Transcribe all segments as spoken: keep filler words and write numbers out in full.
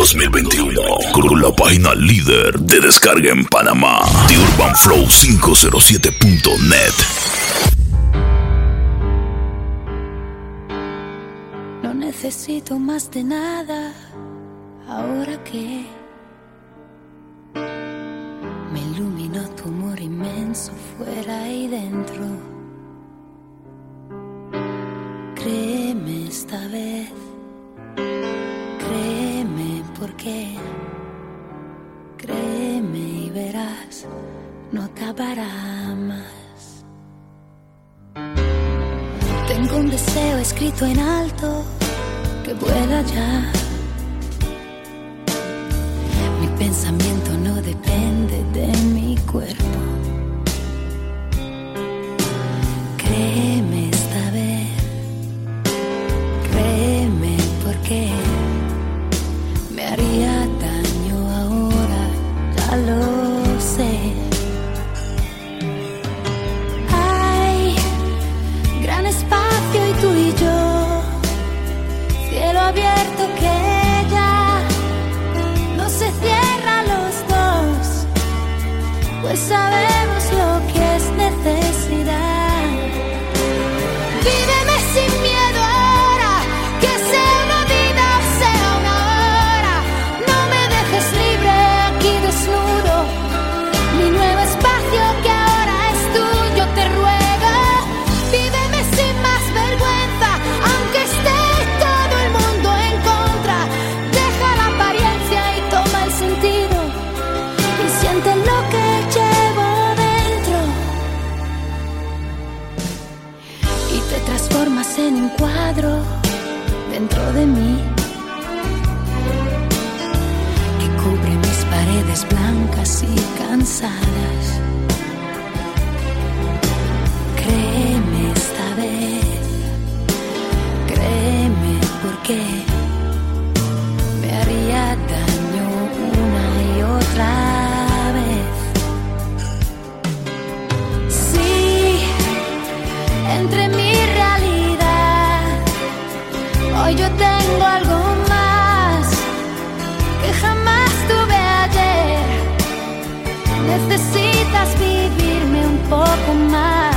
dos mil veintiuno con la página líder de descarga en Panamá, The Urban Flow quinientos siete punto net. No necesito más de nada ahora que me iluminó tu amor inmenso fuera y dentro. Créeme esta vez, créeme porque, créeme y verás, no acabará más. Tengo un deseo escrito en alto que vuela ya. Mi pensamiento no depende de mi cuerpo. Créeme esta vez, créeme porque me haría daño ahora, ya lo sé. Hay gran espacio y tú y yo, cielo abierto que ya no se cierra los dos, pues sabemos lo que es necesidad. Víveme sin miedo ahora, que sea una vida o sea una hora. No me dejes libre aquí desnudo, mi nuevo espacio que ahora es tuyo, te ruego. Víveme sin más vergüenza, aunque esté todo el mundo en contra. Deja la apariencia y toma el sentido, y siente lo que llevo dentro. Y te transformas en un cuadro dentro de mí, que cubre mis paredes blancas y cansadas. Créeme esta vez, créeme porque me haría daño una y otra vez. Sí, entre mi realidad, hoy yo tengo algo más que jamás tuve ayer. Necesitas vivirme un poco más.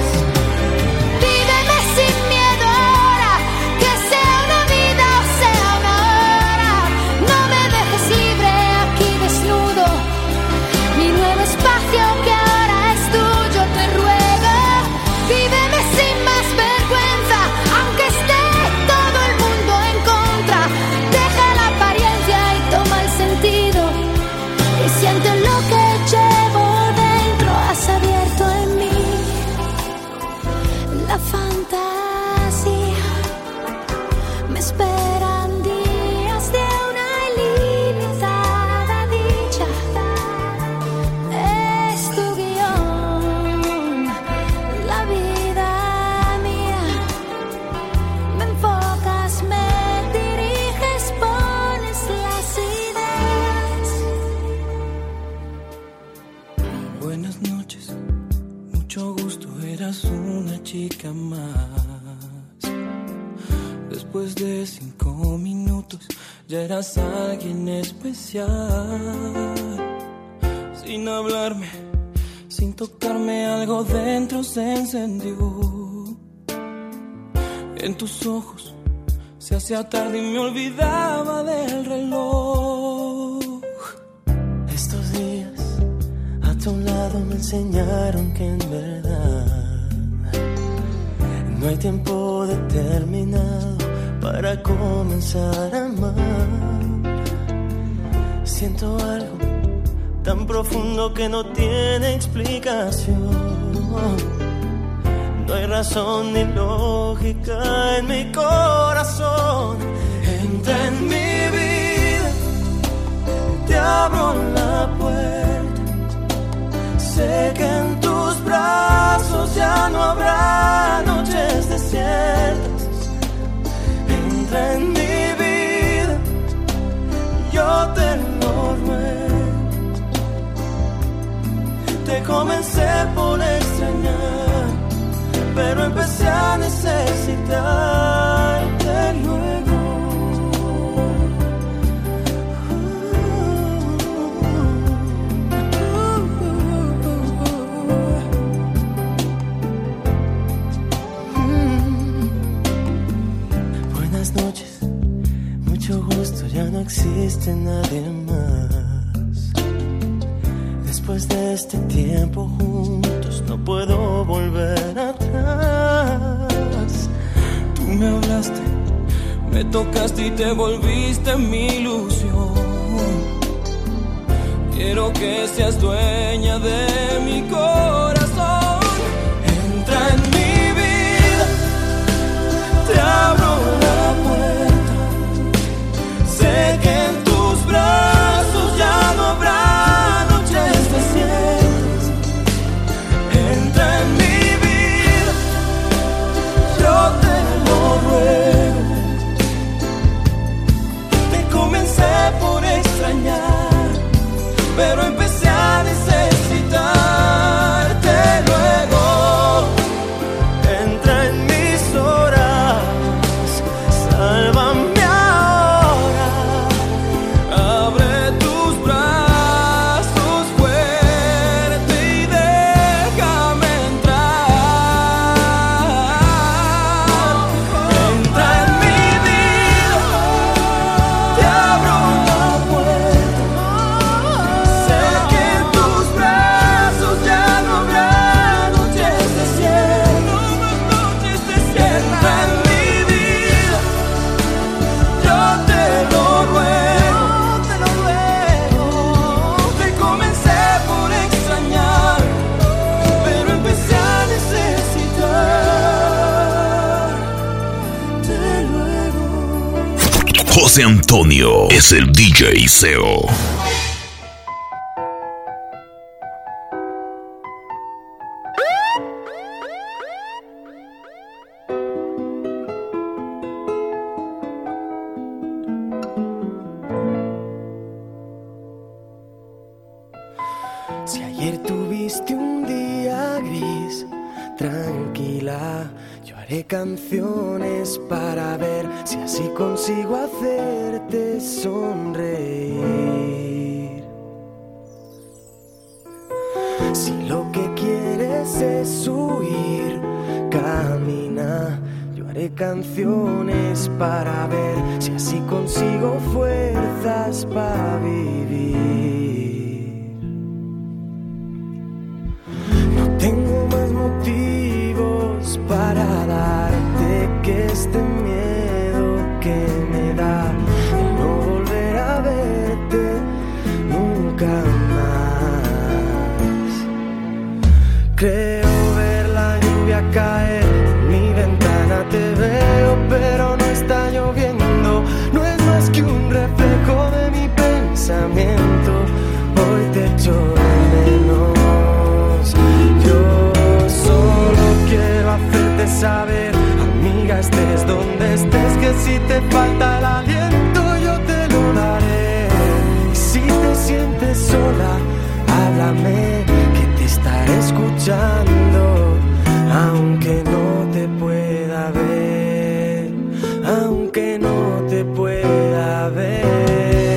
Víveme sin miedo ahora, que sea una vida o sea una hora. No me dejes libre aquí desnudo, mi nuevo espacio que ahora es tuyo, te ruego. Víveme sin más vergüenza, aunque esté todo el mundo en contra. Deja la apariencia y toma el sentido, y siente lo que llevo dentro. Has abierto en mí la fantasía. Me esperan días de una ilimitada dicha. Es tu guión, la vida mía. Me enfocas, me diriges, pones las ideas. Buenas noches, mucho gusto, eras una chica más. Después de cinco minutos ya eras alguien especial. Sin hablarme, sin tocarme, algo dentro se encendió. En tus ojos se hacía tarde y me olvidaba del reloj. Estos días a tu lado me enseñaron que en verdad no hay tiempo determinado para comenzar a amar. Siento algo tan profundo que no tiene explicación. No hay razón ni lógica en mi corazón. Entra en mi vida, te abro la puerta. Sé que en tus brazos ya no habrá noches desiertas. Entra en mi vida, yo te lo ruego. Te comencé por extrañar, pero empecé a necesitarte luego. mucho gusto, ya no existe nadie más. Después de este tiempo juntos no puedo volver atrás. Tú me hablaste, me tocaste y te volviste mi ilusión. Quiero que seas dueña de mi corazón. Entra en mi vida, te abro la puerta. Sé que en tus brazos ya no habrá noches desiertas. Entra en mi vida, yo te lo ruego. Te comencé por extrañar, pero empecé a necesitarte luego. Entra en mis horas, sálvame ahora. Abre tus brazos fuerte y déjame entrar. Entra en mi vida, te abro la puerta. Sé que en tus brazos ya no habrá noches desiertas. Entra en mi vida, yo te lo ruego, te lo ruego. Te comencé por extrañar, pero empecé a necesitarte luego. José Antonio es el D J Seo. Si ayer tuviste un día gris, tranquila, yo haré canciones para ver si así consigo hacerte sonreír. Si lo que quieres es huir, camina, yo haré canciones para ver si así consigo fuerzas para vivir. Tengo más motivos para darte que este miedo que me da el no volver a verte nunca más. Creo ver la lluvia caer en mi ventana, te veo pero no está lloviendo. No es más que un reflejo de mi pensamiento. Hoy te echo de menos. Yo solo quiero hacerte saber, amiga, estés donde estés, que si te falta el aliento yo te lo daré. Y si te sientes sola, háblame, que te estaré escuchando, aunque no te pueda ver, aunque no te pueda ver.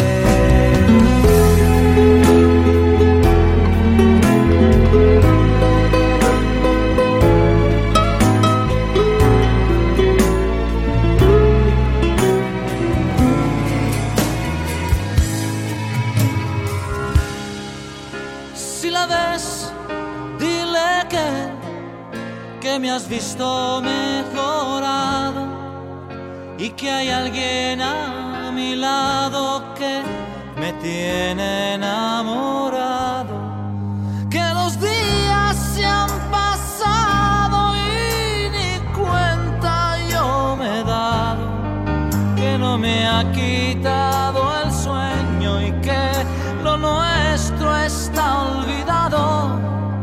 Que me has visto mejorado y que hay alguien a mi lado que me tiene enamorado. Que los días se han pasado y ni cuenta yo me he dado. Que no me ha quitado el sueño y que lo nuestro está olvidado.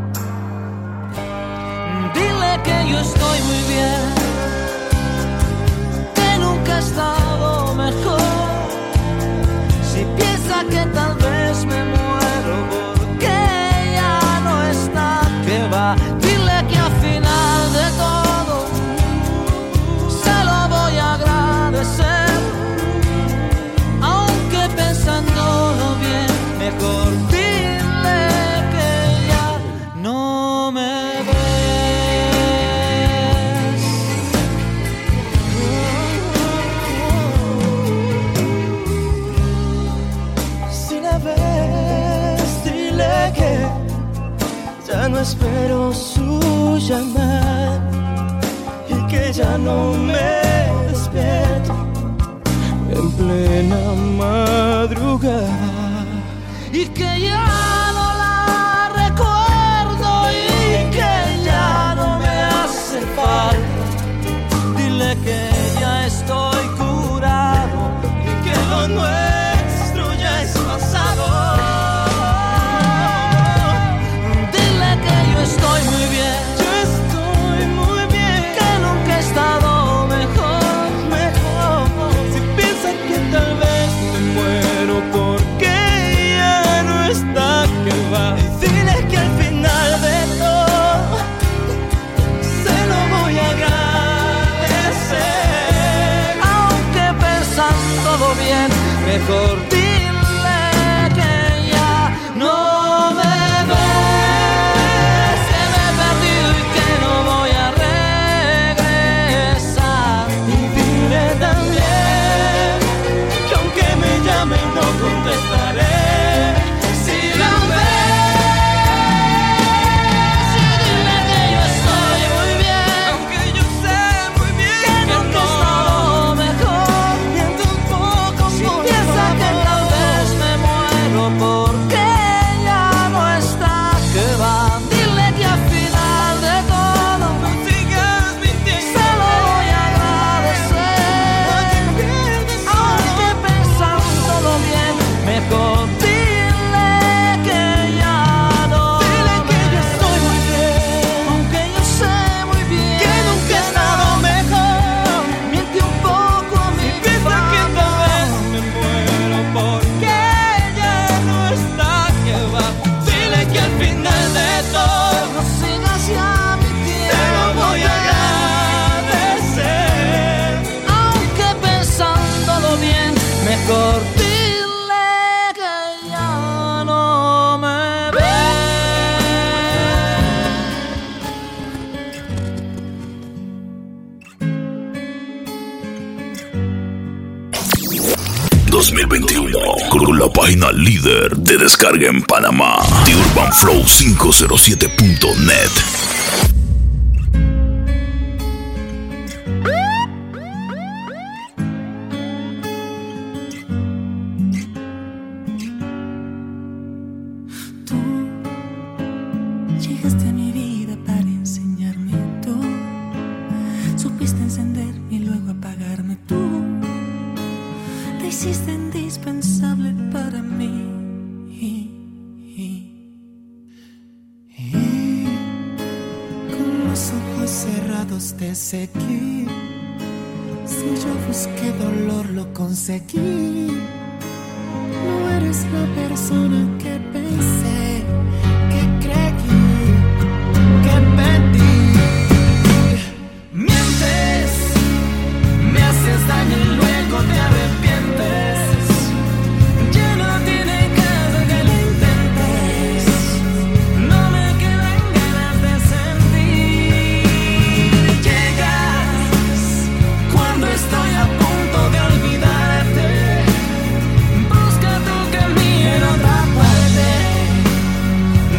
Dile que yo estoy muy bien, que nunca he estado mejor. Si piensa que tal vez me muero porque ya no está, que va. Dile que al final de todo se lo voy a agradecer, aunque pensándolo bien, mejor dile que ya no me ves. solo espero su llamada y que ya no me despierto en plena madrugada y que ya no la recuerdo y que ya no me hace falta. Dile que ya estoy curado y que lo nuestro ya es pasado. Dile que yo estoy muy bien, yo estoy muy bien, que nunca he estado mejor, mejor. Si piensa que tal vez me muero porque ya no está, que va. Y dile que al final de todo se lo voy a agradecer. Aunque pensándolo bien, mejor dile que ya no me ves, que me he perdido y que no voy a regresar. Y dile también que aunque me llamen no contestaré. Si la ves, Y dile que yo estoy muy bien, aunque yo sé muy bien que nunca he estado mejor. miento un poco, Si por piensa que favor. tal vez me muero porque ya no está, que va. Dile que al final de todo No sigas mintiendo, se lo voy a agradecer. Aunque pensándolo bien, mejor dile que ya no. dile que yo estoy muy bien, Aunque yo sé muy bien que nunca he estado mejor. miente un poco a mi Piensa que tal vez me muero porque ya no está, que va. Dile que al final de todo no sigas ya mintiendo. te lo voy a agradecer. Aunque pensándolo bien, mejor dile que ya no me dos mil veintiuno, con la página líder de descarga en Panamá, The Urban Flow quinientos siete punto net. Tú llegaste a mi vida para enseñarme tú. Supiste encenderme y luego apagarme tú. Te hiciste indispensable para mí. Y, y, y con los ojos cerrados te seguí. Si yo busqué dolor lo conseguí. No eres la persona que pensé, que creí, que pedí. Mientes, me haces daño y luego te arrepientes. Ya no tiene caso que lo intentes. No me quedan ganas de sentir. Llegas cuando estoy a punto de olvidarte. Busca tu camino en otra parte.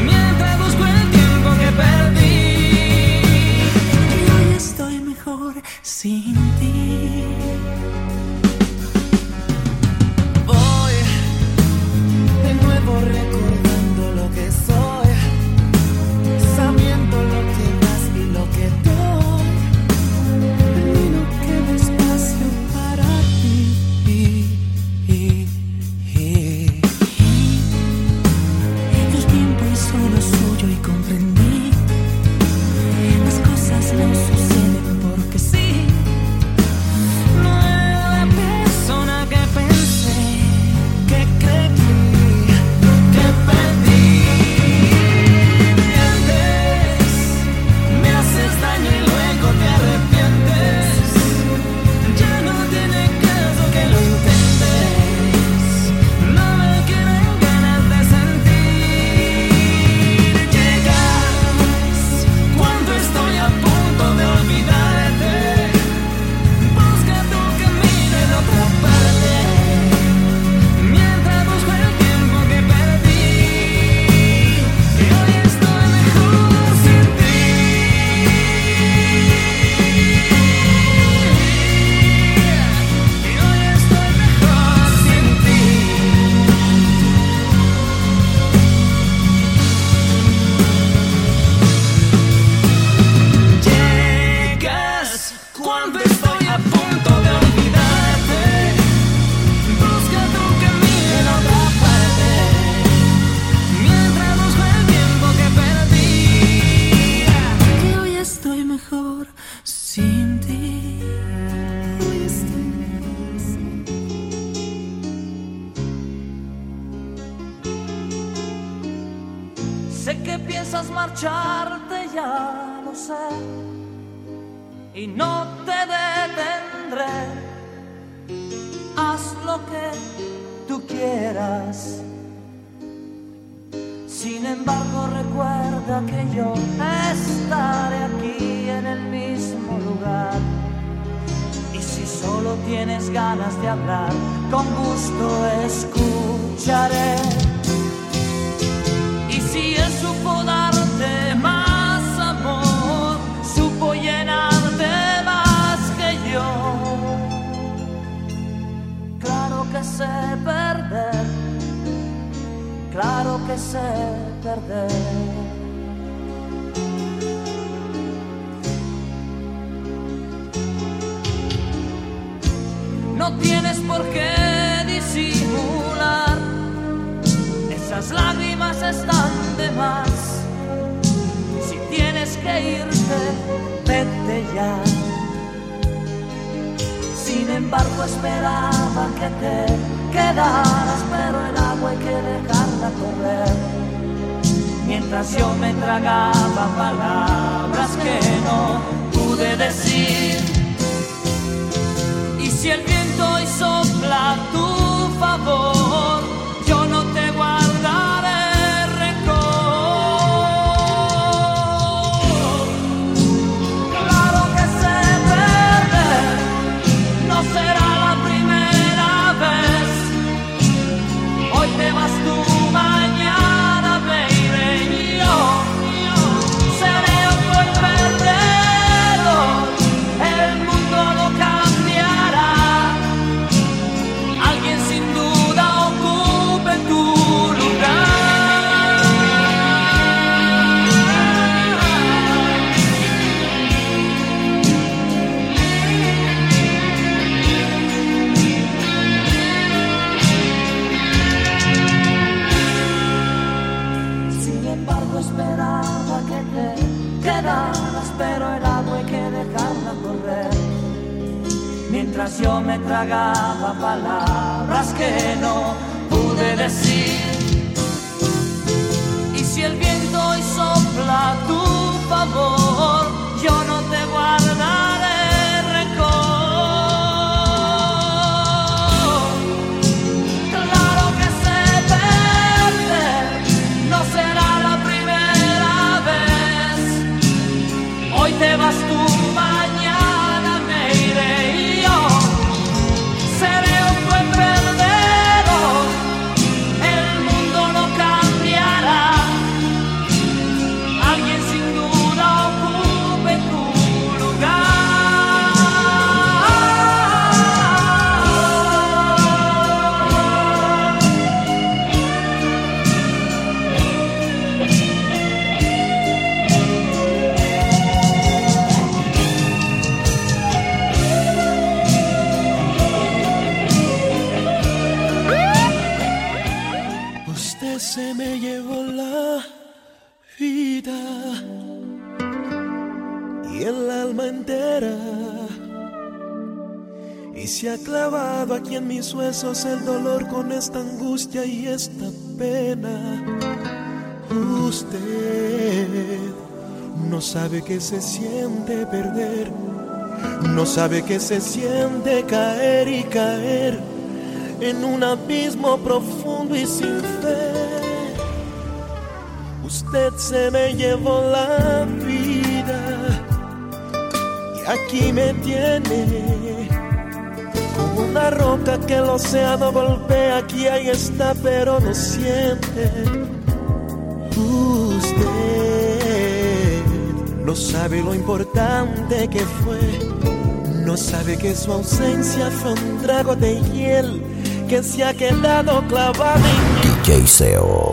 que piensas marcharte, ya lo sé, y no te detendré. Haz lo que tú quieras. Sin embargo, recuerda que yo estaré aquí en el mismo lugar. Y si solo tienes ganas de hablar, con gusto escucharé. Y si él supo darte más amor, supo llenarte más que yo. Claro que sé perder, claro que sé perder. No tienes por qué disimular, esas lágrimas están de más. Si tienes que irte, vete ya. Sin embargo, esperaba que te quedaras, pero el agua hay que dejarla correr. Mientras yo me tragaba palabras que no pude decir. Y si el viento hoy sopla a tu favor, yo no te guardaré rencor. Claro que sé perder, no será la primera vez. Hoy te vas tú, mañana me iré yo. Seré un buen perdedor, el mundo lo cambiará. Alguien sin duda ocupe tu lugar. Sin embargo, esperaba que te quedaras, pero el agua hay que dejarla correr. Mientras yo me tragaba palabras que no pude decir. Y si el viento hoy sopla a tu favor, yo no te guardaré rencor. Claro que sé perder, no será la primera vez. Hoy te vas tú, mañana me iré yo. Seré un buen perdedor, el mundo no cambiará. Alguien sin duda ocupe tu lugar. Usted se me llevó la vida y el alma entera, y se ha clavado aquí en mis huesos el dolor con esta angustia y esta pena. Usted no sabe que se siente perder, no sabe que se siente caer y caer en un abismo profundo y sin fe. Usted se me llevó la vida y aquí me tiene como una roca que el océano golpea. Aquí ahí está, pero no siente. Usted no sabe lo importante que fue, no sabe que su ausencia fue un trago de hiel que se ha quedado clavado en mí. D J Seo.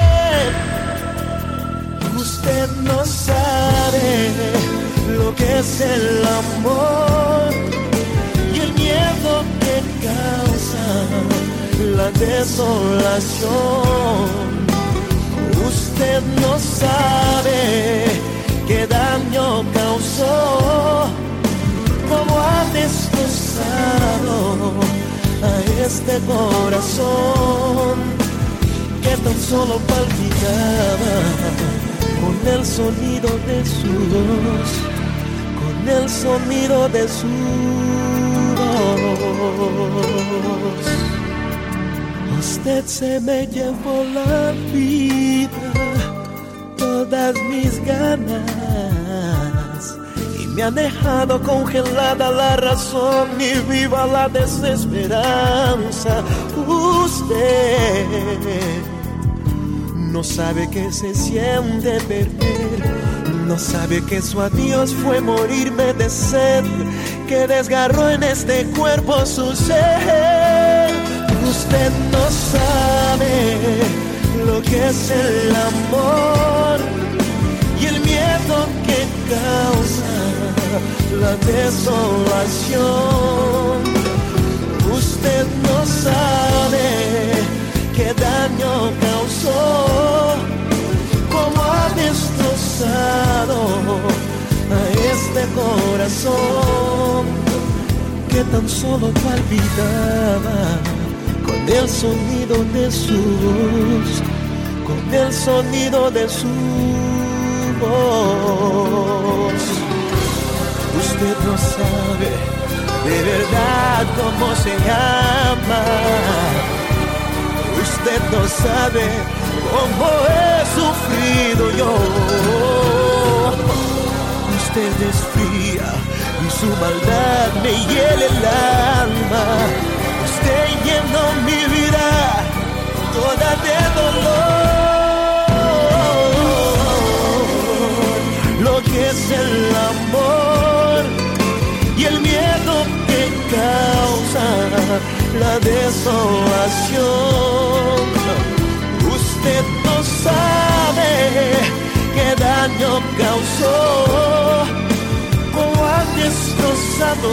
Usted no sabe lo que es el amor y el miedo que causa la desolación. Usted no sabe qué daño causó, cómo ha destrozado a este corazón que tan tan solo palpitaba con el sonido de su voz, con el sonido de su voz. Usted se me llevó la vida, todas mis ganas, y me ha dejado congelada la razón y viva la desesperanza. Usted no sabe que se siente perder, no sabe que su adiós fue morirme de sed, que desgarró en este cuerpo su ser. Usted no sabe lo que es el amor y el miedo que causa la desolación. Usted no sabe qué daño causó, cómo ha destrozado a este corazón que tan solo palpitaba con el sonido de su voz, con el sonido de su voz. Usted no sabe de verdad cómo se llama, usted no sabe cómo he sufrido yo. Usted es fría y su maldad me hiela el alma. Usted llenó mi vida toda de dolor. Lo que es el amor y el miedo que causa la desolación. Usted no sabe qué daño causó, cómo ha destrozado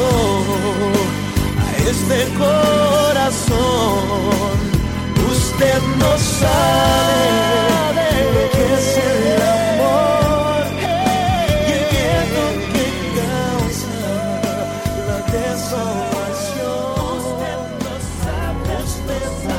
este corazón. Usted no sabe lo que es el amor y el miedo que causa la desolación. Usted no sabe, usted no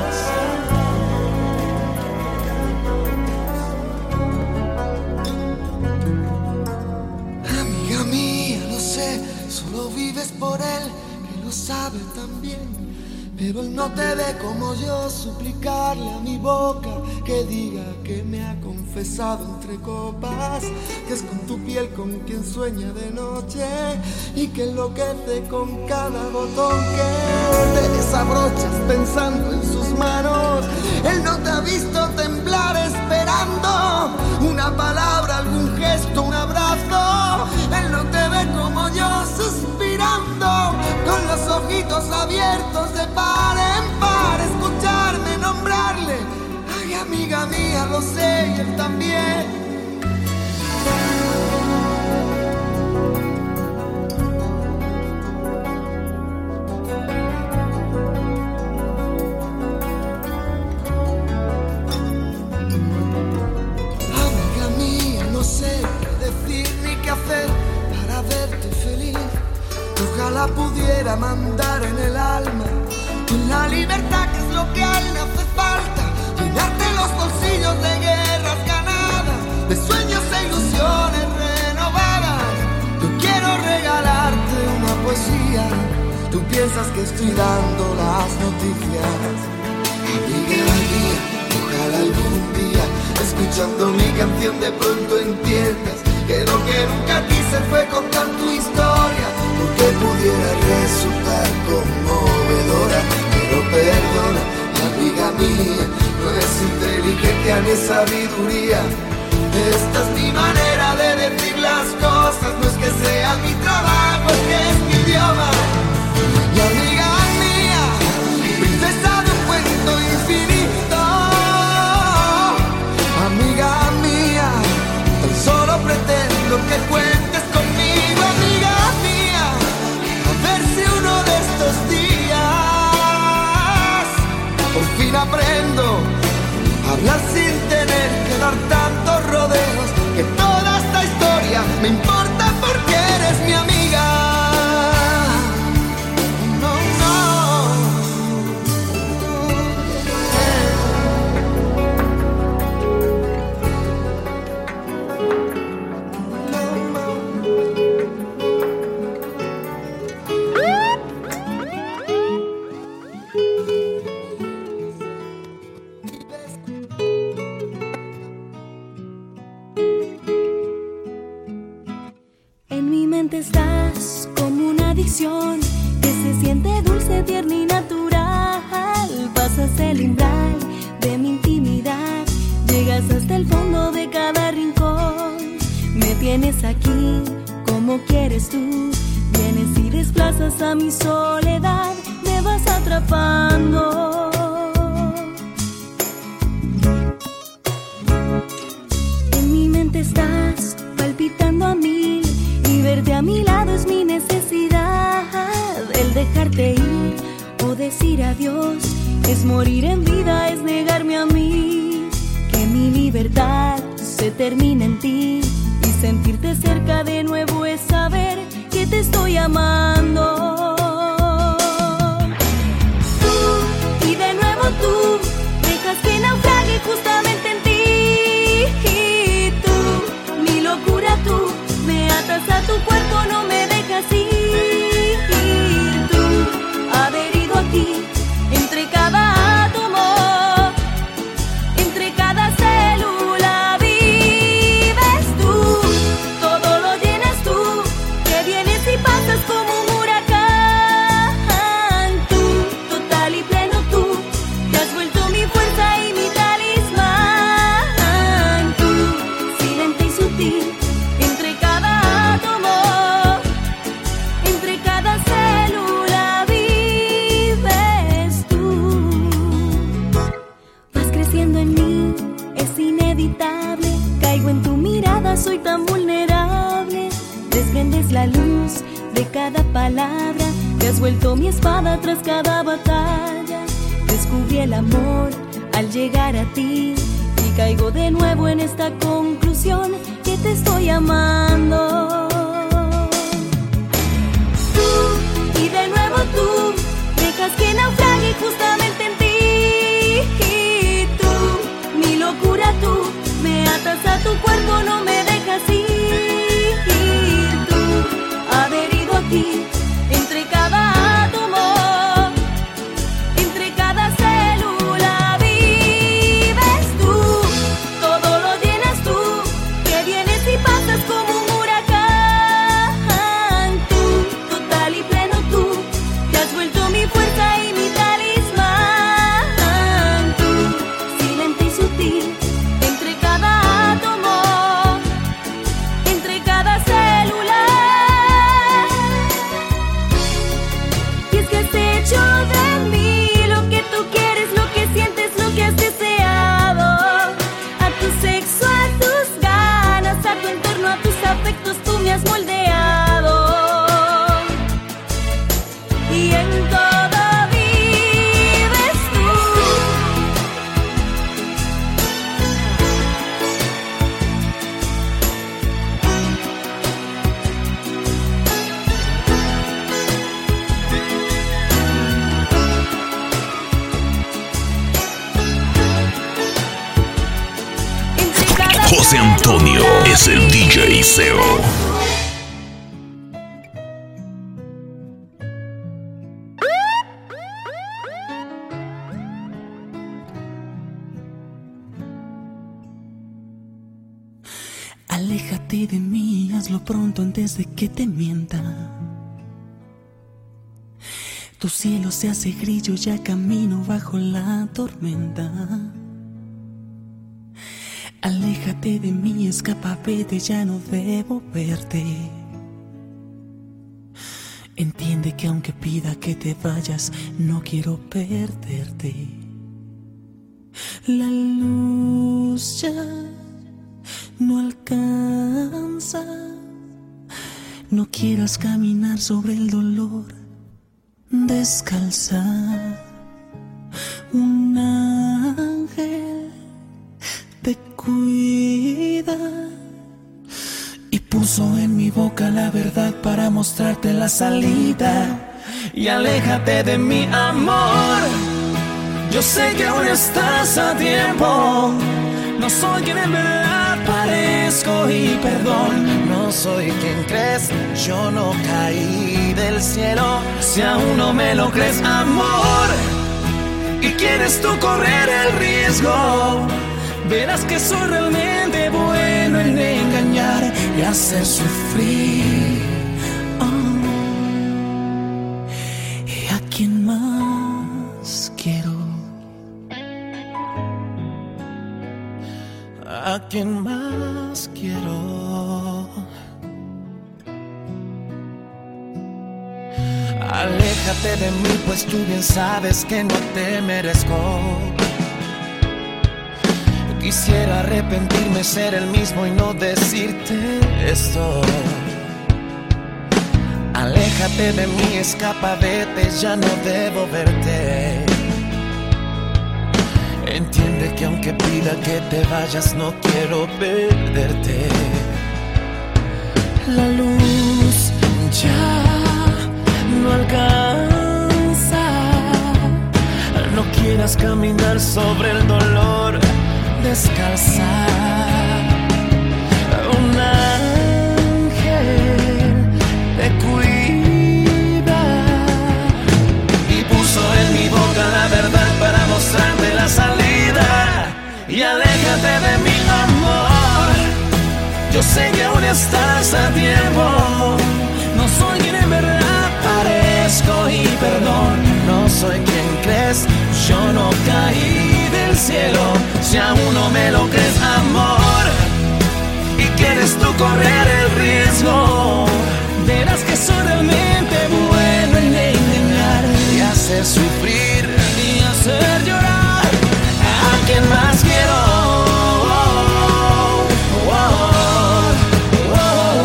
sabe. Amiga mía, lo sé, solo vives por él, sabe también, pero él no te ve como yo. Suplicarle a mi boca que diga que me ha confesado entre copas, que es con tu piel con quien sueña de noche y que enloquece con cada botón que te desabrochas pensando en sus manos. Él no te ha visto temblar esperando una palabra, algún gesto, un abrazo. Él no te ve como yo suspirando con los ojitos abiertos de par en par, escucharme nombrarle. Ay, amiga mía, lo sé, y él también. Amiga mía, no sé qué decir ni qué hacer para verte feliz. Ojalá pudiera mandar en el alma la libertad, que es lo que a él le hace falta. Llenarte los bolsillos de guerras ganadas, de sueños e ilusiones renovadas. Yo quiero regalarte una poesía. Tú piensas que estoy dando las noticias. Amiga mía, ojalá algún día, escuchando mi canción, de pronto entiendas que lo que nunca quise fue contar tu historia, porque pudiera resultar conmovedora. Pero perdona, amiga mía, no es inteligencia ni sabiduría. Esta es mi manera de decir las cosas. No es que sea mi trabajo, es que es mi idioma. Y amiga mía, princesa de un cuento infinito. Amiga mía, tan solo pretendo que cuentes conmigo. Amiga mía, a ver si uno de estos días por fin aprendo a hablar sin tener que dar tantos rodeos. Que toda esta historia me importa porque eres mi amiga. No, no. estás como una adicción que se siente dulce, tierna y natural. Pasas el umbral de mi intimidad, llegas hasta el fondo de cada rincón. Me tienes aquí como quieres tú, vienes y desplazas a mi soledad, me vas atrapando. En mi mente estás palpitando a mil y verte a mi lado es mi necesidad. El dejarte ir o decir adiós es morir en vida, es negarme a mí. Que mi libertad se termina en ti y sentirte cerca de nuevo es saber que te estoy amando. Tú y de nuevo tú dejas que naufrague justamente en ti. Y tú, mi locura tú, me atas a tu cuerpo, no me dejas ir. Y tú, adherido aquí, entre cada átomo, entre cada célula vives tú, todo lo llenas tú, que vienes y pasas como un huracán. Tú, total y pleno tú, te has vuelto mi fuerza y mi talismán. Tú, silente y sutil, entre cada átomo, entre cada célula vives tú. Vas creciendo en mí, es inevitable, caigo en tu mirada, soy tan vulnerable. Desprendes la luz de cada palabra, te has vuelto mi espada tras cada batalla. Descubrí el amor al llegar a ti y caigo de nuevo en esta conclusión que te estoy amando. Tú y de nuevo tú dejas que naufrague justamente en ti. Y tú, mi locura tú, me atas a tu cuerpo, no me dejas ir. Y tú, adherido aquí, entre cada átomo, entre cada célula vives tú, todo lo llenas tú, que vienes y pasas como un huracán. Tú, total y pleno tú, te has vuelto mi fuerza y mi talismán. Tú, silente y sutil, entre cada átomo, entre cada célula. Y es que has hecho de mí lo que tú quieres, lo que sientes, lo que has deseado. A tu sexo, a tus ganas, a tu entorno, a tus afectos, tú me has moldeado. Y en todo vives tú. Entre cada José Antonio es el D J Seo. Aléjate de mí, hazlo pronto antes de que te mienta. Tu cielo se hace grillo, ya camino bajo la tormenta. Aléjate de mí, escapa, vete, ya no debo verte. Entiende que aunque pida que te vayas, no quiero perderte. La luz ya no alcanza. No quieras caminar sobre el dolor descalza. Un ángel te cuida y puso en mi boca la verdad para mostrarte la salida. Y aléjate de mi amor, yo sé que aún estás a tiempo. No soy quien en verdad parezco y perdón, no soy quien crees, yo no caí del cielo. Si aún no me lo crees, amor, y quieres tú correr el riesgo, verás que soy realmente bueno en engañar y hacer sufrir ¿A quién más quiero? Aléjate de mí, pues tú bien sabes que no te merezco. Quisiera arrepentirme, ser el mismo y no decirte esto. Aléjate de mí, escapa, vete, ya no debo verte. Entiende que aunque pida que te vayas, no quiero perderte. La luz ya no alcanza. No quieras caminar sobre el dolor descalza. Un ángel te cuida y puso en mi boca la verdad para mostrarte la salida. Y aléjate de mi amor, yo sé que aún estás a tiempo. No soy quien en verdad parezco y perdón, no soy quien crees, yo no caí del cielo. Si aún no me lo crees, amor, y quieres tú correr el riesgo, verás que soy realmente bueno en engañar y hacer sufrir y hacer llorar. ¿A quién más quiero? Oh, oh,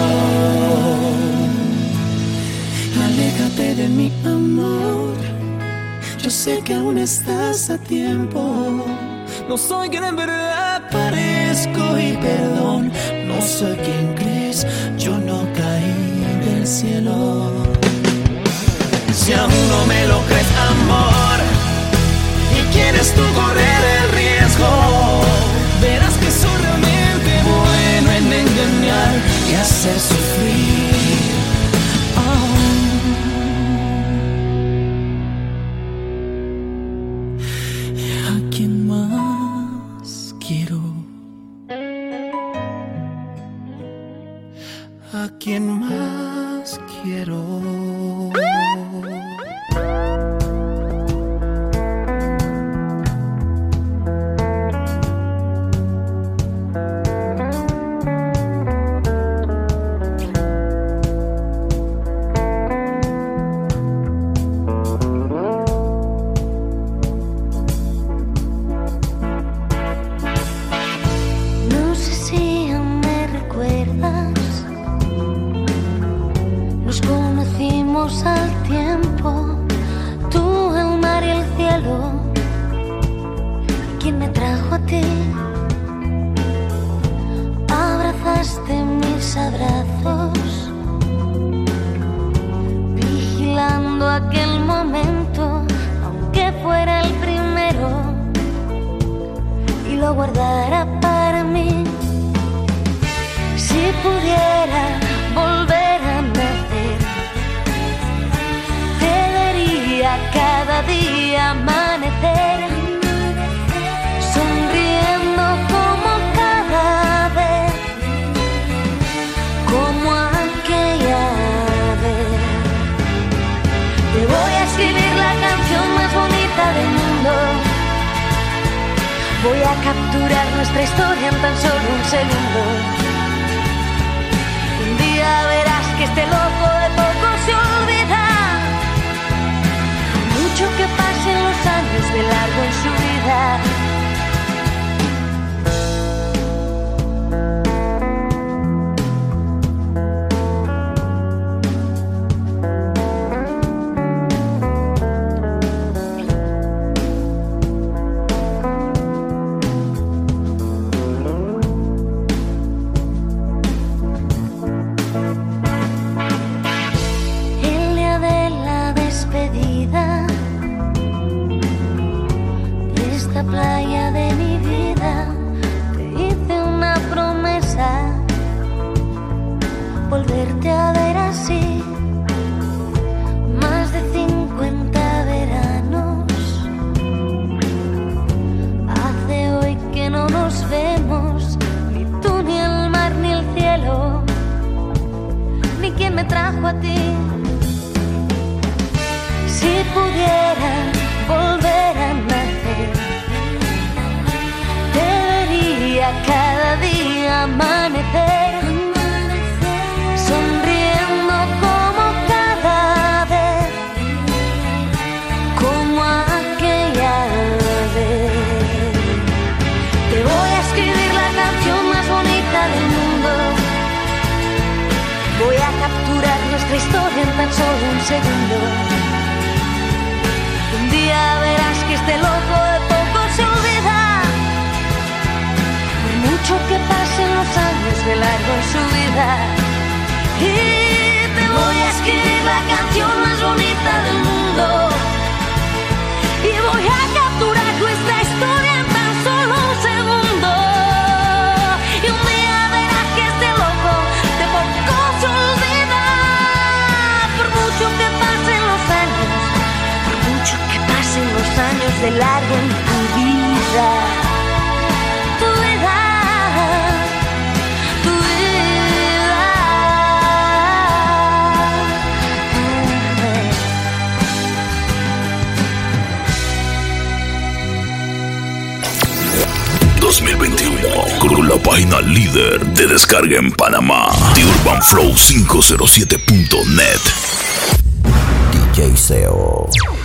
oh. Aléjate de mi amor, yo sé que aún estás a tiempo. No soy quien en verdad parezco y perdón, no soy quien crees, yo no caí del cielo. Si aún no me lo crees, amor, y quieres tú correr el riesgo, verás que soy realmente bueno en engañar y hacer sufrir. Oh. ¿A quién más quiero? ¿A quién más quiero? Al tiempo, tú, el mar y el cielo. ¿Quién me trajo a ti? Abrazaste mis abrazos, vigilando aquel momento, aunque fuera el primero, y lo guardara para mí. Si pudiera volver a nacer, cada día amanecer, sonriendo como cada vez, como aquella vez. Te voy a escribir la canción más bonita del mundo. Voy a capturar nuestra historia en tan solo un segundo. Un día verás que este loco de poco se olvida. Mucho que pasen los años de largo en su vida. El día de la despedida, esta playa de mi vida, te hice una promesa, volverte a ver así. Más de cincuenta veranos hace hoy que no nos vemos, ni tú, ni el mar, ni el cielo, ni quien me trajo a ti. Si pudiera volver a nacer, te vería cada nuestra historia en tan solo un segundo. Un día verás que este loco de poco se olvida, por mucho que pasen los años de largo en su vida. Y te voy a escribir la canción más bonita del mundo, y voy a capturar nuestra historia en tan solo un segundo. Y un día verás que este loco de poco se olvida, por mucho que pasen los años, por mucho que pasen los años de largo en tu vida. Tu vida, tu vida. dos mil veintiuno, con la página líder de descarga en Panamá, The Urban Flow quinientos siete punto net. D J Seo.